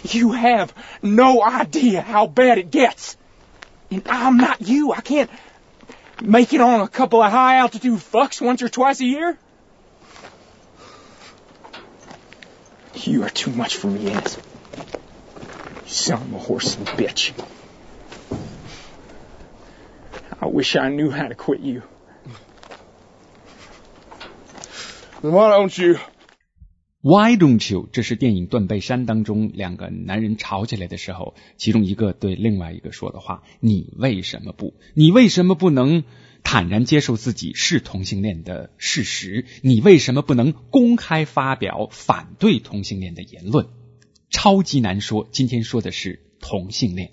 You have no idea how bad it gets. And I'm not you. I can't make it on a couple of high-altitude fucks once or twice a year. You are too much for me, Ennis. You son of a horse and bitch. I wish I knew how to quit you. Then why don't you?Why don't you？ 这是电影《断背山》当中两个男人吵起来的时候，其中一个对另外一个说的话：你为什么不？你为什么不能坦然接受自己是同性恋的事实？你为什么不能公开发表反对同性恋的言论？超级难说，今天说的是同性恋。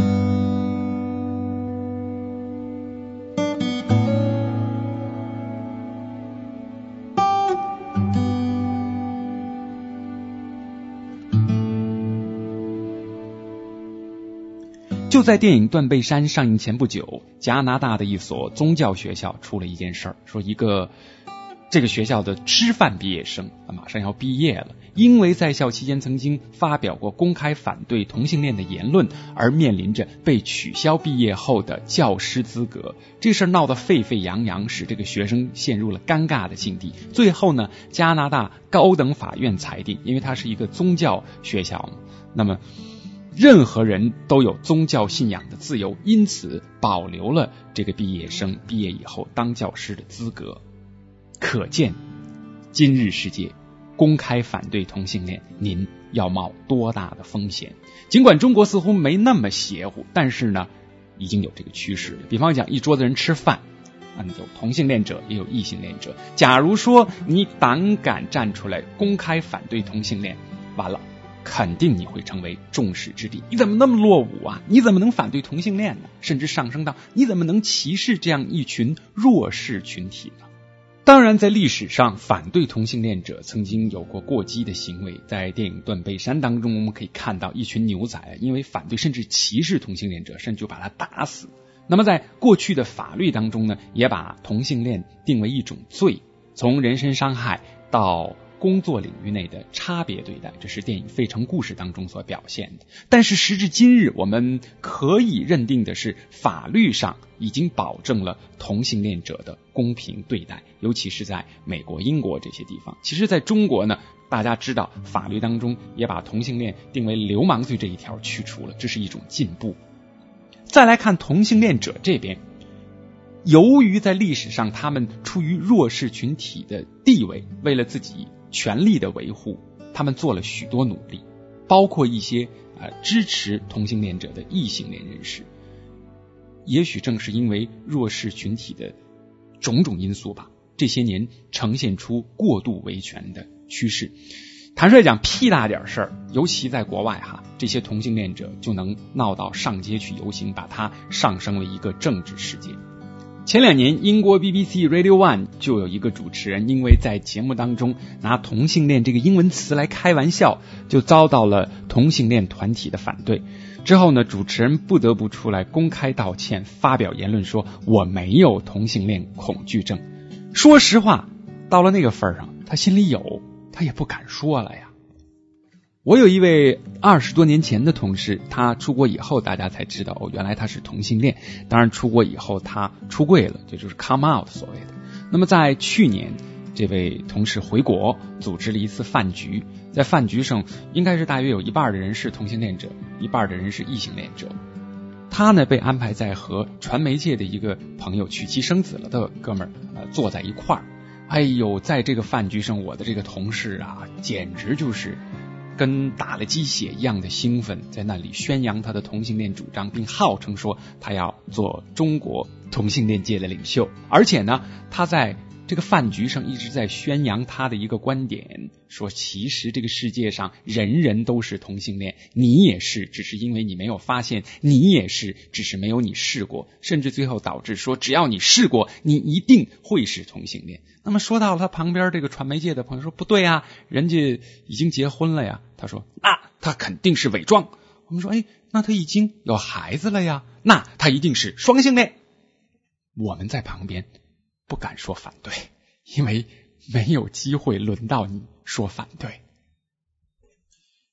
就在电影《断背山》上映前不久，加拿大的一所宗教学校出了一件事儿，说这个学校的师范毕业生马上要毕业了，因为在校期间曾经发表过公开反对同性恋的言论，而面临着被取消毕业后的教师资格。这事儿闹得沸沸扬扬，使这个学生陷入了尴尬的境地。最后呢，加拿大高等法院裁定，因为它是一个宗教学校，那么任何人都有宗教信仰的自由，因此保留了这个毕业生毕业以后当教师的资格。可见今日世界公开反对同性恋，您要冒多大的风险。尽管中国似乎没那么邪乎，但是呢已经有这个趋势了。比方讲，一桌子人吃饭，有同性恋者也有异性恋者，假如说你胆敢站出来公开反对同性恋，完了肯定你会成为众矢之的。你怎么那么落伍啊？你怎么能反对同性恋呢？甚至上升到你怎么能歧视这样一群弱势群体呢？当然在历史上反对同性恋者曾经有过过激的行为，在电影《断背山》当中我们可以看到一群牛仔因为反对甚至歧视同性恋者，甚至就把他打死。那么在过去的法律当中呢，也把同性恋定为一种罪，从人身伤害到工作领域内的差别对待，这是电影《费城故事》当中所表现的。但是时至今日，我们可以认定的是，法律上已经保证了同性恋者的公平对待，尤其是在美国、英国这些地方。其实在中国呢，大家知道法律当中也把同性恋定为流氓罪这一条去除了，这是一种进步。再来看同性恋者这边，由于在历史上他们出于弱势群体的地位，为了自己权利的维护，他们做了许多努力，包括一些支持同性恋者的异性恋人士。也许正是因为弱势群体的种种因素吧，这些年呈现出过度维权的趋势。坦率讲，屁大点事儿，尤其在国外这些同性恋者就能闹到上街去游行，把它上升为一个政治事件。前2年英国 BBC Radio 1就有一个主持人因为在节目当中拿同性恋这个英文词来开玩笑，就遭到了同性恋团体的反对。之后呢，主持人不得不出来公开道歉，发表言论说我没有同性恋恐惧症。说实话，到了那个份上，他心里有，他也不敢说了呀。我有一位20多年前的同事，他出国以后大家才知道原来他是同性恋。当然出国以后他出柜了，这就是 come out 所谓的。那么在去年，这位同事回国组织了一次饭局，在饭局上应该是大约有一半的人是同性恋者，一半的人是异性恋者。他呢被安排在和传媒界的一个朋友娶妻生子了的哥们坐在一块儿。哎呦，在这个饭局上，我的这个同事简直就是跟打了鸡血一样的兴奋，在那里宣扬他的同性恋主张，并号称说他要做中国同性恋界的领袖。而且呢，他在这个饭局上一直在宣扬他的一个观点，说其实这个世界上人人都是同性恋，你也是，只是因为你没有发现，你也是，只是没有你试过，甚至最后导致说只要你试过，你一定会是同性恋。那么说到了他旁边这个传媒界的朋友说不对啊，人家已经结婚了呀。他说那他肯定是伪装。我们说那他已经有孩子了呀，那他一定是双性恋。我们在旁边不敢说反对，因为没有机会轮到你说反对。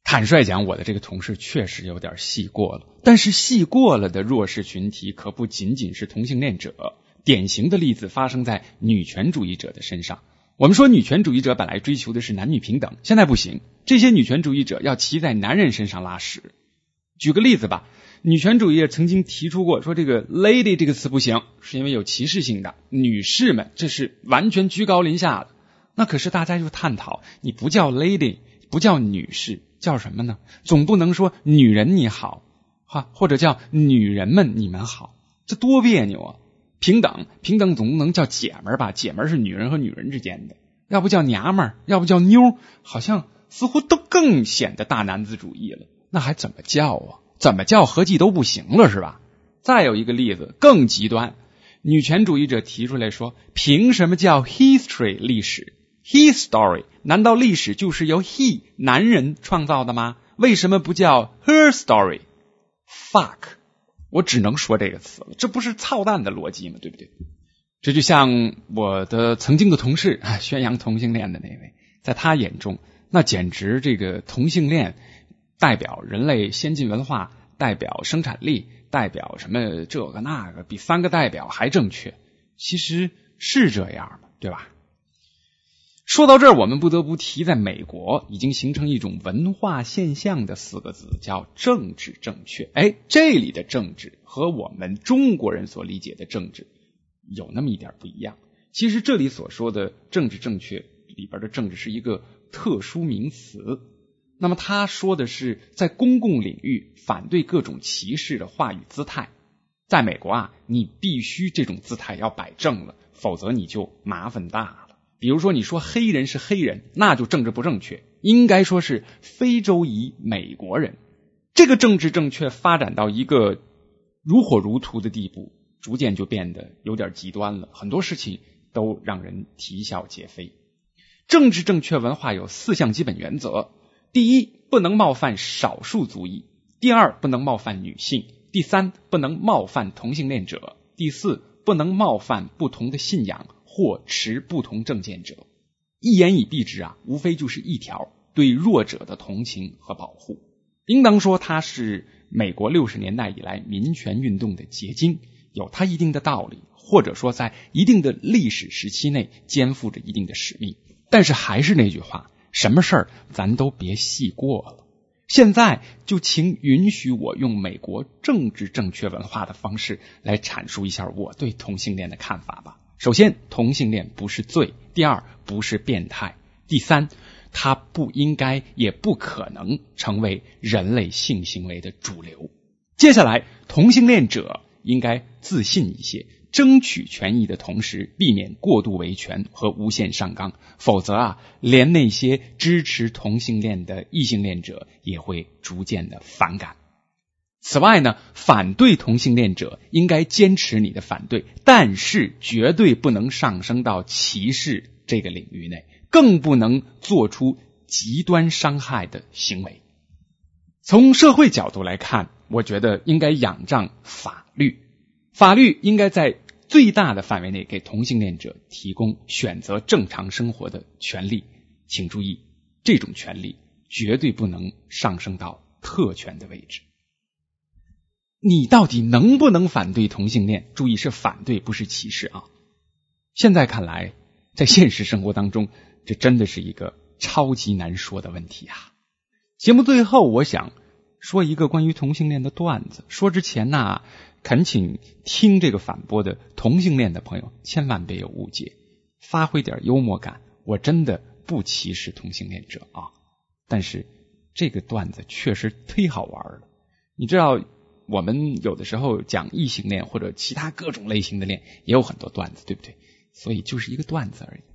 坦率讲，我的这个同事确实有点细过了，但是细过了的弱势群体可不仅仅是同性恋者，典型的例子发生在女权主义者的身上。我们说女权主义者本来追求的是男女平等，现在不行，这些女权主义者要骑在男人身上拉屎。举个例子吧，女权主义者曾经提出过说这个 lady 这个词不行，是因为有歧视性的，女士们这是完全居高临下的。那可是大家就探讨，你不叫 lady， 不叫女士，叫什么呢？总不能说女人你好或者叫女人们你们好，这多别扭啊。平等总不能叫姐们儿吧，姐们儿是女人和女人之间的，要不叫娘们儿，要不叫妞，好像似乎都更显得大男子主义了。那还怎么叫啊？怎么叫合计都不行了是吧？再有一个例子更极端，女权主义者提出来说，凭什么叫 history 历史， his story 难道历史就是由 he 男人创造的吗？为什么不叫 her story？ fuck， 我只能说这个词了，这不是操蛋的逻辑吗？对不对？这就像我的曾经的同事宣扬同性恋的那位，在他眼中那简直这个同性恋代表人类先进文化，代表生产力，代表什么这个那个，比3个代表还正确。其实是这样嘛，对吧？说到这儿，我们不得不提，在美国已经形成一种文化现象的4个字，叫政治正确。这里的政治和我们中国人所理解的政治有那么一点不一样。其实这里所说的政治正确里边的政治是一个特殊名词，那么他说的是在公共领域反对各种歧视的话语姿态。在美国你必须这种姿态要摆正了，否则你就麻烦大了。比如说你说黑人是黑人，那就政治不正确，应该说是非洲裔美国人。这个政治正确发展到一个如火如荼的地步，逐渐就变得有点极端了，很多事情都让人啼笑皆非。政治正确文化有4项基本原则：第一，不能冒犯少数族裔；第二，不能冒犯女性；第三，不能冒犯同性恋者；第四，不能冒犯不同的信仰或持不同政见者。一言以蔽之无非就是一条，对弱者的同情和保护。应当说它是美国60年代以来民权运动的结晶，有它一定的道理，或者说在一定的历史时期内肩负着一定的使命。但是还是那句话，什么事儿咱都别细过了。现在就请允许我用美国政治正确文化的方式来阐述一下我对同性恋的看法吧。首先，同性恋不是罪；第二，不是变态；第三，它不应该也不可能成为人类性行为的主流。接下来，同性恋者应该自信一些，争取权益的同时避免过度维权和无限上纲，否则连那些支持同性恋的异性恋者也会逐渐的反感。此外呢，反对同性恋者应该坚持你的反对，但是绝对不能上升到歧视这个领域内，更不能做出极端伤害的行为。从社会角度来看，我觉得应该仰仗法律，法律应该在最大的范围内给同性恋者提供选择正常生活的权利。请注意，这种权利绝对不能上升到特权的位置。你到底能不能反对同性恋？注意，是反对，不是歧视现在看来，在现实生活当中，这真的是一个超级难说的问题节目最后，我想说一个关于同性恋的段子。说之前恳请听这个反播的同性恋的朋友千万别有误解，发挥点幽默感。我真的不歧视同性恋者但是这个段子确实忒好玩了。你知道我们有的时候讲异性恋或者其他各种类型的恋也有很多段子，对不对？所以就是一个段子而已。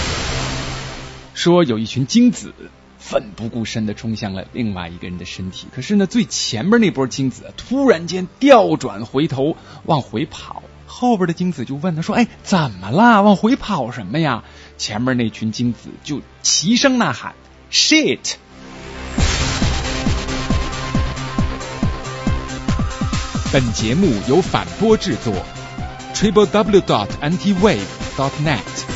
说有一群精子奋不顾身地冲向了另外一个人的身体，可是呢，最前面那波精子突然间调转回头往回跑，后边的精子就问他说：怎么了？往回跑什么呀？前面那群精子就齐声呐喊 shit。 本节目由反播制作，www.antiwave.net